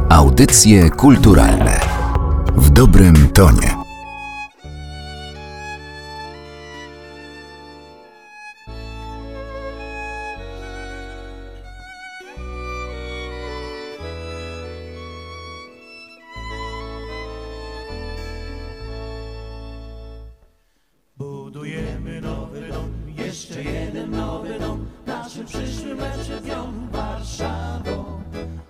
Audycje kulturalne w dobrym tonie. Budujemy nowy dom, jeszcze jeden nowy dom, naszym przyszłym lepszym Warszawą.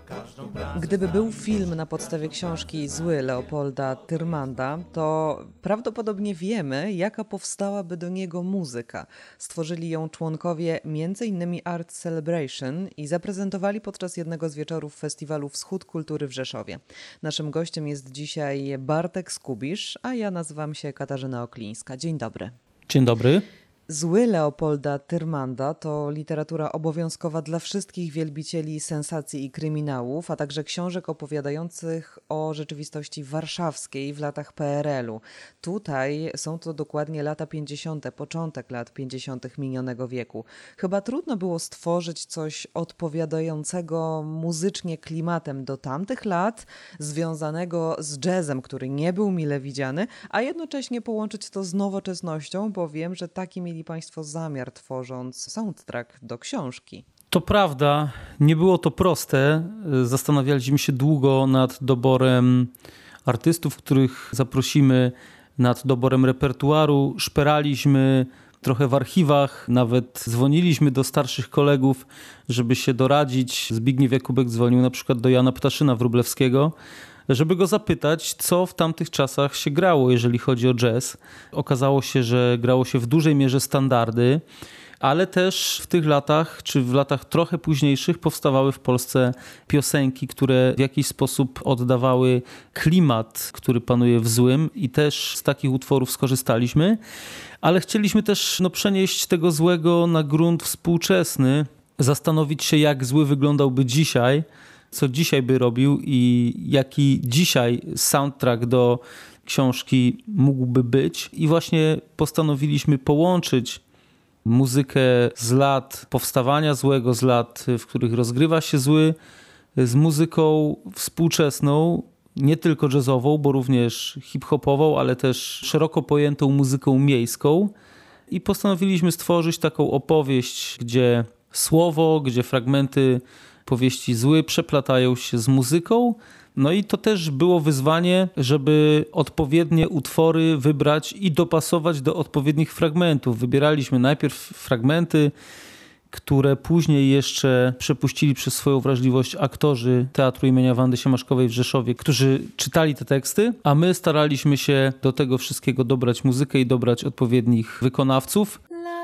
Gdyby był film na podstawie książki Zły Leopolda Tyrmanda, to prawdopodobnie wiemy, jaka powstałaby do niego muzyka. Stworzyli ją członkowie m.in. Art Celebration i zaprezentowali podczas jednego z wieczorów festiwalu Wschód Kultury w Rzeszowie. Naszym gościem jest dzisiaj Bartek Skubisz, a ja nazywam się Katarzyna Oklińska. Dzień dobry. Dzień dobry. Zły Leopolda Tyrmanda to literatura obowiązkowa dla wszystkich wielbicieli sensacji i kryminałów, a także książek opowiadających o rzeczywistości warszawskiej w latach PRL-u. Tutaj są to dokładnie lata 50., początek lat 50. minionego wieku. Chyba trudno było stworzyć coś odpowiadającego muzycznie klimatem do tamtych lat, związanego z jazzem, który nie był mile widziany, a jednocześnie połączyć to z nowoczesnością, bo wiem, że taki mieli Państwo zamiar, tworząc soundtrack do książki. To prawda, nie było to proste. Zastanawialiśmy się długo nad doborem artystów, których zaprosimy, nad doborem repertuaru. Szperaliśmy trochę w archiwach, nawet dzwoniliśmy do starszych kolegów, żeby się doradzić. Zbigniew Jakubek dzwonił na przykład do Jana Ptaszyna-Wróblewskiego, żeby go zapytać, co w tamtych czasach się grało, jeżeli chodzi o jazz. Okazało się, że grało się w dużej mierze standardy, ale też w tych latach, czy w latach trochę późniejszych powstawały w Polsce piosenki, które w jakiś sposób oddawały klimat, który panuje w Złym, i też z takich utworów skorzystaliśmy, ale chcieliśmy też przenieść tego Złego na grunt współczesny, zastanowić się, jak Zły wyglądałby dzisiaj, co dzisiaj by robił i jaki dzisiaj soundtrack do książki mógłby być. I właśnie postanowiliśmy połączyć muzykę z lat powstawania Złego, z lat, w których rozgrywa się Zły, z muzyką współczesną, nie tylko jazzową, bo również hip-hopową, ale też szeroko pojętą muzyką miejską. I postanowiliśmy stworzyć taką opowieść, gdzie słowo, gdzie fragmenty powieści Zły przeplatają się z muzyką. No i to też było wyzwanie, żeby odpowiednie utwory wybrać i dopasować do odpowiednich fragmentów. Wybieraliśmy najpierw fragmenty, które później jeszcze przepuścili przez swoją wrażliwość aktorzy Teatru imienia Wandy Siemaszkowej w Rzeszowie, którzy czytali te teksty, a my staraliśmy się do tego wszystkiego dobrać muzykę i dobrać odpowiednich wykonawców.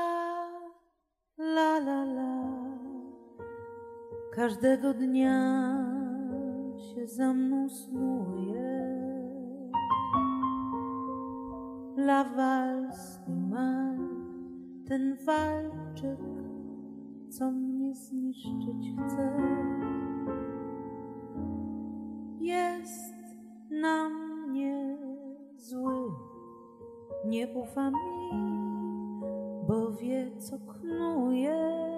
Każdego dnia się za mną snuje la wals i mal, ten walczyk, co mnie zniszczyć chce. Jest na mnie zły, nie ufa mi, bo wie, co knuje.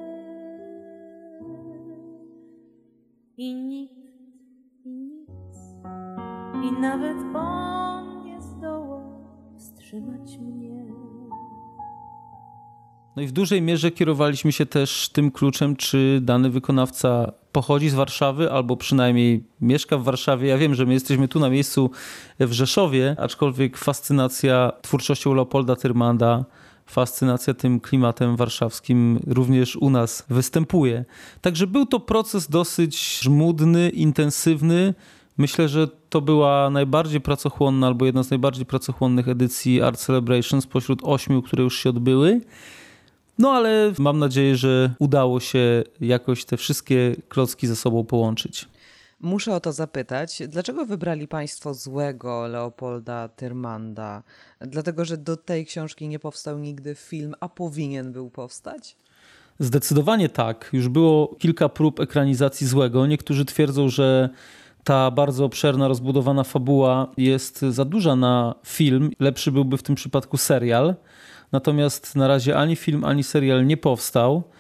I nikt, i nic, i nawet on nie zdoła wstrzymać mnie. No i w dużej mierze kierowaliśmy się też tym kluczem, czy dany wykonawca pochodzi z Warszawy albo przynajmniej mieszka w Warszawie. Ja wiem, że my jesteśmy tu na miejscu w Rzeszowie, aczkolwiek fascynacja twórczością Leopolda Tyrmanda, fascynacja tym klimatem warszawskim również u nas występuje. Także był to proces dosyć żmudny, intensywny. Myślę, że to była najbardziej pracochłonna albo jedna z najbardziej pracochłonnych edycji Art Celebration spośród 8, które już się odbyły. No ale mam nadzieję, że udało się jakoś te wszystkie klocki ze sobą połączyć. Muszę o to zapytać, dlaczego wybrali Państwo Złego Leopolda Tyrmanda? Dlatego, że do tej książki nie powstał nigdy film, a powinien był powstać? Zdecydowanie tak. Już było kilka prób ekranizacji Złego. Niektórzy twierdzą, że ta bardzo obszerna, rozbudowana fabuła jest za duża na film. Lepszy byłby w tym przypadku serial. Natomiast na razie ani film, ani serial nie powstał.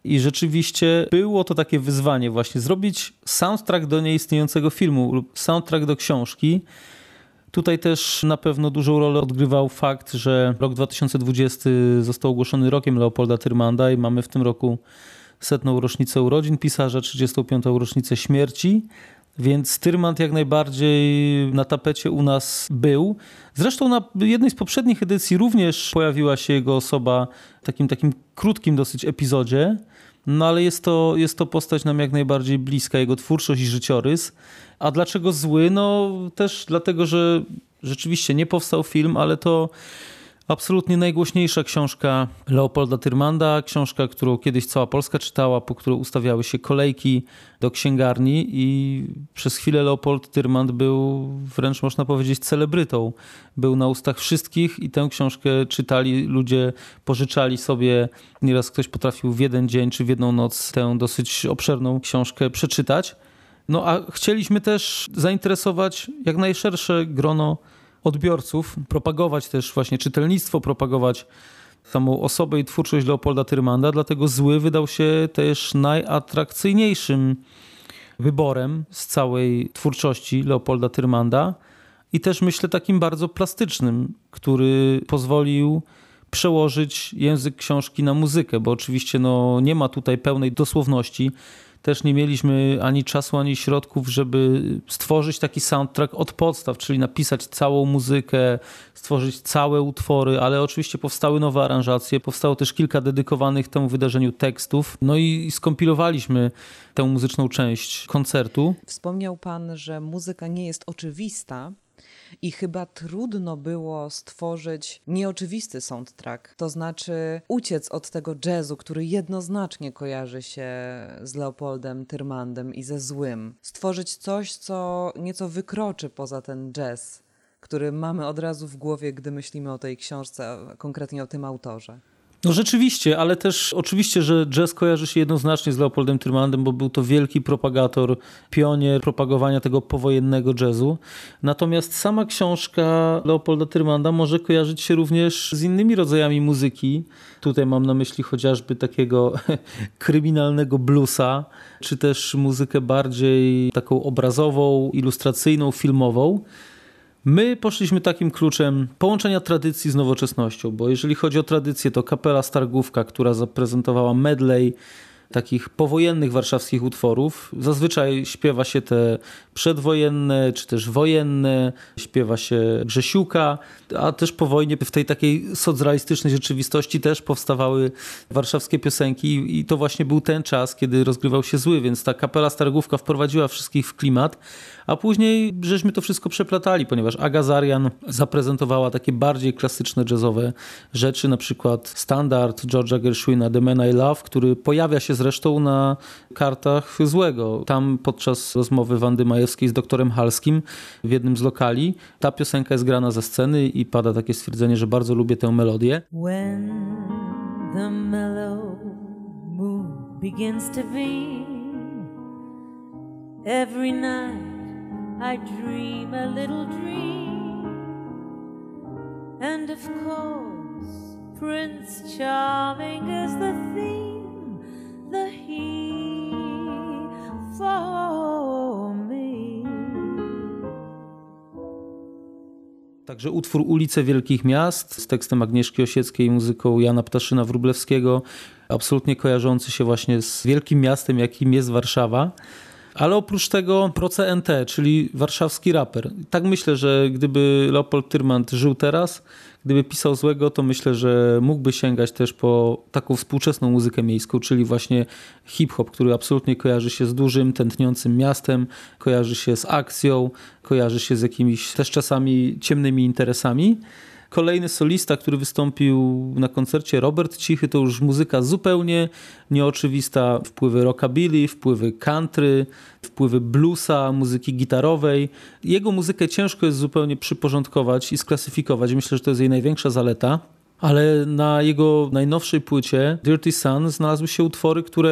I rzeczywiście było to takie wyzwanie właśnie, zrobić soundtrack do nieistniejącego filmu lub soundtrack do książki. Tutaj też na pewno dużą rolę odgrywał fakt, że rok 2020 został ogłoszony rokiem Leopolda Tyrmanda i mamy w tym roku 100. rocznicę urodzin pisarza, 35. rocznicę śmierci, więc Tyrmand jak najbardziej na tapecie u nas był. Zresztą na jednej z poprzednich edycji również pojawiła się jego osoba w takim krótkim dosyć epizodzie, no ale jest to postać nam jak najbardziej bliska, jego twórczość i życiorys. A dlaczego zły? No też dlatego, że rzeczywiście nie powstał film, ale to absolutnie najgłośniejsza książka Leopolda Tyrmanda, książka, którą kiedyś cała Polska czytała, po którą ustawiały się kolejki do księgarni i przez chwilę Leopold Tyrmand był wręcz można powiedzieć celebrytą. Był na ustach wszystkich i tę książkę czytali ludzie, pożyczali sobie. Nieraz ktoś potrafił w jeden dzień czy w jedną noc tę dosyć obszerną książkę przeczytać. No a chcieliśmy też zainteresować jak najszersze grono odbiorców, propagować też właśnie czytelnictwo, propagować samą osobę i twórczość Leopolda Tyrmanda, dlatego Zły wydał się też najatrakcyjniejszym wyborem z całej twórczości Leopolda Tyrmanda i też myślę takim bardzo plastycznym, który pozwolił przełożyć język książki na muzykę, bo oczywiście nie ma tutaj pełnej dosłowności. Też nie mieliśmy ani czasu, ani środków, żeby stworzyć taki soundtrack od podstaw, czyli napisać całą muzykę, stworzyć całe utwory, ale oczywiście powstały nowe aranżacje, powstało też kilka dedykowanych temu wydarzeniu tekstów. No i skompilowaliśmy tę muzyczną część koncertu. Wspomniał pan, że muzyka nie jest oczywista. I chyba trudno było stworzyć nieoczywisty soundtrack, to znaczy uciec od tego jazzu, który jednoznacznie kojarzy się z Leopoldem Tyrmandem i ze Złym. Stworzyć coś, co nieco wykroczy poza ten jazz, który mamy od razu w głowie, gdy myślimy o tej książce, a konkretnie o tym autorze. No rzeczywiście, ale też oczywiście, że jazz kojarzy się jednoznacznie z Leopoldem Tyrmandem, bo był to wielki propagator, pionier propagowania tego powojennego jazzu. Natomiast sama książka Leopolda Tyrmanda może kojarzyć się również z innymi rodzajami muzyki. Tutaj mam na myśli chociażby takiego kryminalnego bluesa, czy też muzykę bardziej taką obrazową, ilustracyjną, filmową. My poszliśmy takim kluczem połączenia tradycji z nowoczesnością, bo jeżeli chodzi o tradycję, to Kapela Stargówka, która zaprezentowała medley takich powojennych warszawskich utworów. Zazwyczaj śpiewa się te przedwojenne, czy też wojenne, śpiewa się Grzesiuka, a też po wojnie w tej takiej socrealistycznej rzeczywistości też powstawały warszawskie piosenki i to właśnie był ten czas, kiedy rozgrywał się Zły, więc ta Kapela Stargówka wprowadziła wszystkich w klimat, a później żeśmy to wszystko przeplatali, ponieważ Aga Zarian zaprezentowała takie bardziej klasyczne jazzowe rzeczy, na przykład standard George'a Gershwina The Man I Love, który pojawia się zresztą na kartach Złego. Tam podczas rozmowy Wandy Majewskiej z doktorem Halskim w jednym z lokali ta piosenka jest grana ze sceny i pada takie stwierdzenie, że bardzo lubię tę melodię. When the mellow moon begins to beam, every night I dream a little dream, and of course Prince Charming is the theme, the he for me. Także utwór Ulice Wielkich Miast z tekstem Agnieszki Osieckiej i muzyką Jana Ptaszyna-Wróblewskiego, absolutnie kojarzący się właśnie z wielkim miastem, jakim jest Warszawa. Ale oprócz tego Proce NT, czyli warszawski raper. Tak myślę, że gdyby Leopold Tyrmand żył teraz, gdyby pisał Złego, to myślę, że mógłby sięgać też po taką współczesną muzykę miejską, czyli właśnie hip-hop, który absolutnie kojarzy się z dużym, tętniącym miastem, kojarzy się z akcją, kojarzy się z jakimiś też czasami ciemnymi interesami. Kolejny solista, który wystąpił na koncercie, Robert Cichy, to już muzyka zupełnie nieoczywista. Wpływy rockabilly, wpływy country, wpływy bluesa, muzyki gitarowej. Jego muzykę ciężko jest zupełnie przyporządkować i sklasyfikować. Myślę, że to jest jej największa zaleta. Ale na jego najnowszej płycie Dirty Sun znalazły się utwory, które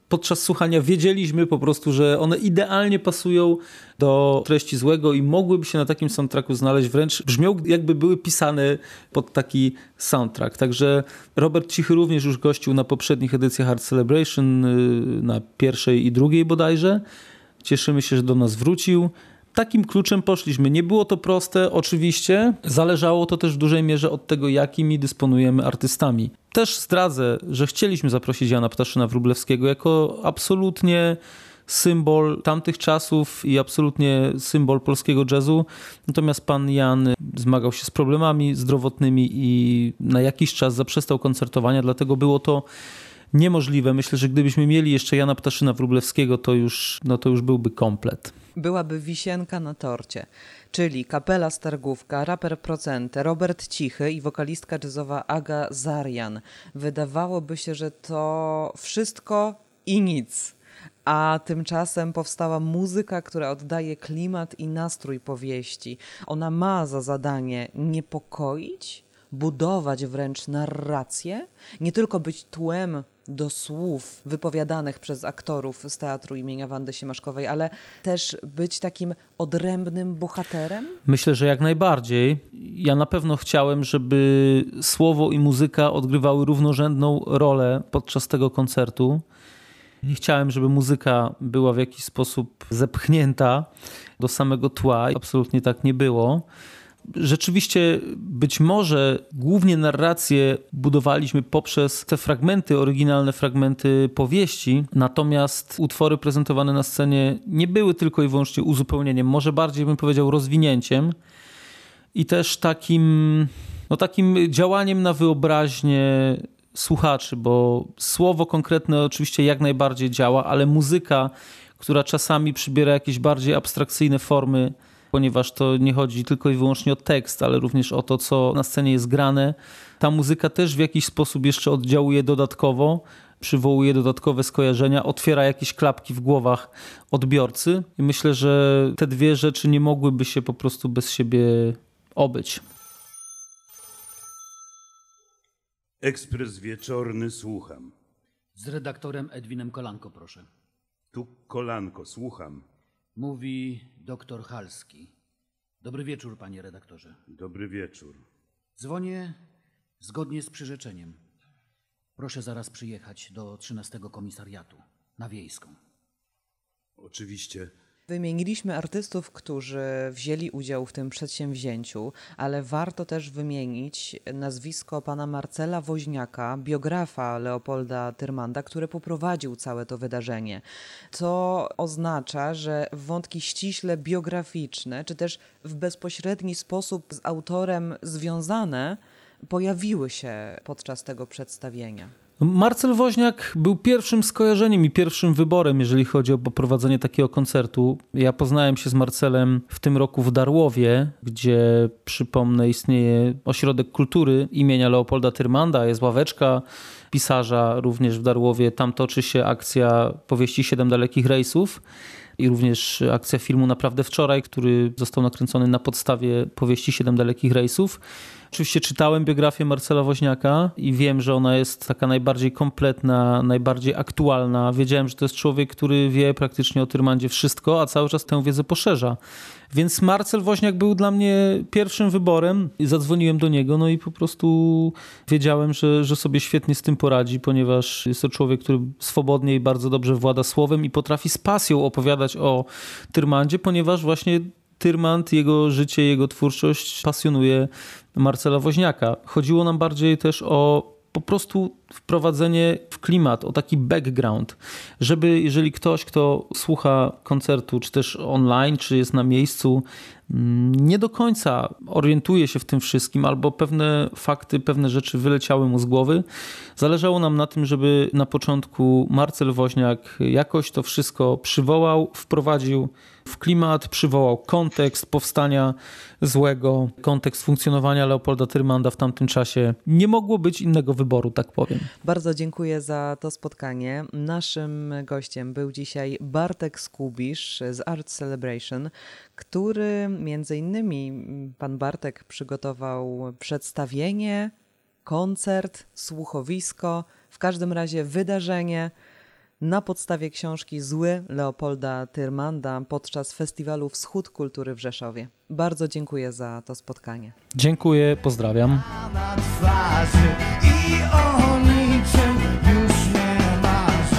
podczas słuchania wiedzieliśmy po prostu, że one idealnie pasują do treści Złego i mogłyby się na takim soundtracku znaleźć, wręcz brzmią jakby były pisane pod taki soundtrack. Także Robert Cichy również już gościł na poprzednich edycjach Art Celebration, na pierwszej i drugiej bodajże. Cieszymy się, że do nas wrócił. Takim kluczem poszliśmy. Nie było to proste, oczywiście. Zależało to też w dużej mierze od tego, jakimi dysponujemy artystami. Też zdradzę, że chcieliśmy zaprosić Jana Ptaszyna-Wróblewskiego jako absolutnie symbol tamtych czasów i absolutnie symbol polskiego jazzu. Natomiast pan Jan zmagał się z problemami zdrowotnymi i na jakiś czas zaprzestał koncertowania, dlatego było to niemożliwe. Myślę, że gdybyśmy mieli jeszcze Jana Ptaszyna-Wróblewskiego, to już byłby komplet. Byłaby wisienka na torcie, czyli Kapela Stargówka, raper Procente, Robert Cichy i wokalistka jazzowa Aga Zarian. Wydawałoby się, że to wszystko i nic. A tymczasem powstała muzyka, która oddaje klimat i nastrój powieści. Ona ma za zadanie niepokoić, budować wręcz narrację, nie tylko być tłem do słów wypowiadanych przez aktorów z Teatru imienia Wandy Siemaszkowej, ale też być takim odrębnym bohaterem? Myślę, że jak najbardziej. Ja na pewno chciałem, żeby słowo i muzyka odgrywały równorzędną rolę podczas tego koncertu. Nie chciałem, żeby muzyka była w jakiś sposób zepchnięta do samego tła. Absolutnie tak nie było. Rzeczywiście być może głównie narrację budowaliśmy poprzez te fragmenty, oryginalne fragmenty powieści, natomiast utwory prezentowane na scenie nie były tylko i wyłącznie uzupełnieniem, może bardziej bym powiedział rozwinięciem i też takim działaniem na wyobraźnię słuchaczy, bo słowo konkretne oczywiście jak najbardziej działa, ale muzyka, która czasami przybiera jakieś bardziej abstrakcyjne formy, ponieważ to nie chodzi tylko i wyłącznie o tekst, ale również o to, co na scenie jest grane. Ta muzyka też w jakiś sposób jeszcze oddziałuje dodatkowo, przywołuje dodatkowe skojarzenia, otwiera jakieś klapki w głowach odbiorcy i myślę, że te dwie rzeczy nie mogłyby się po prostu bez siebie obyć. Ekspres wieczorny, słucham. Z redaktorem Edwinem Kolanko, proszę. Tu Kolanko, słucham. Mówi doktor Halski. Dobry wieczór, panie redaktorze. Dobry wieczór. Dzwonię zgodnie z przyrzeczeniem. Proszę zaraz przyjechać do 13 komisariatu na Wiejską. Oczywiście. Wymieniliśmy artystów, którzy wzięli udział w tym przedsięwzięciu, ale warto też wymienić nazwisko pana Marcela Woźniaka, biografa Leopolda Tyrmanda, który poprowadził całe to wydarzenie. To oznacza, że wątki ściśle biograficzne, czy też w bezpośredni sposób z autorem związane, pojawiły się podczas tego przedstawienia. Marcel Woźniak był pierwszym skojarzeniem i pierwszym wyborem, jeżeli chodzi o poprowadzenie takiego koncertu. Ja poznałem się z Marcelem w tym roku w Darłowie, gdzie, przypomnę, istnieje ośrodek kultury imienia Leopolda Tyrmanda, jest ławeczka pisarza również w Darłowie. Tam toczy się akcja powieści 7 dalekich rejsów i również akcja filmu Naprawdę wczoraj, który został nakręcony na podstawie powieści 7 dalekich rejsów. Oczywiście czytałem biografię Marcela Woźniaka i wiem, że ona jest taka najbardziej kompletna, najbardziej aktualna. Wiedziałem, że to jest człowiek, który wie praktycznie o Tyrmandzie wszystko, a cały czas tę wiedzę poszerza. Więc Marcel Woźniak był dla mnie pierwszym wyborem i zadzwoniłem do niego, no i po prostu wiedziałem, że sobie świetnie z tym poradzi, ponieważ jest to człowiek, który swobodnie i bardzo dobrze włada słowem i potrafi z pasją opowiadać o Tyrmandzie, ponieważ właśnie Tyrmand, jego życie, jego twórczość pasjonuje Marcela Woźniaka. Chodziło nam bardziej też o po prostu wprowadzenie w klimat, o taki background, żeby jeżeli ktoś, kto słucha koncertu, czy też online, czy jest na miejscu, nie do końca orientuje się w tym wszystkim, albo pewne fakty, pewne rzeczy wyleciały mu z głowy. Zależało nam na tym, żeby na początku Marcel Woźniak jakoś to wszystko przywołał, wprowadził w klimat, przywołał kontekst powstania Złego, kontekst funkcjonowania Leopolda Tyrmanda w tamtym czasie. Nie mogło być innego wyboru, tak powiem. Bardzo dziękuję za to spotkanie. Naszym gościem był dzisiaj Bartek Skubisz z Art Celebration, który między innymi pan Bartek przygotował przedstawienie, koncert, słuchowisko, w każdym razie wydarzenie na podstawie książki Zły Leopolda Tyrmanda podczas festiwalu Wschód Kultury w Rzeszowie. Bardzo dziękuję za to spotkanie. Dziękuję, pozdrawiam. Na twarzy i o niczym już nie marzę.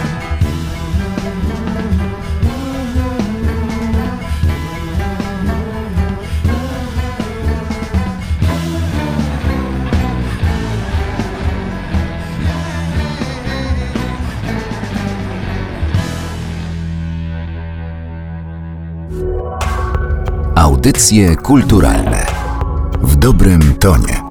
Audycje kulturalne w dobrym tonie.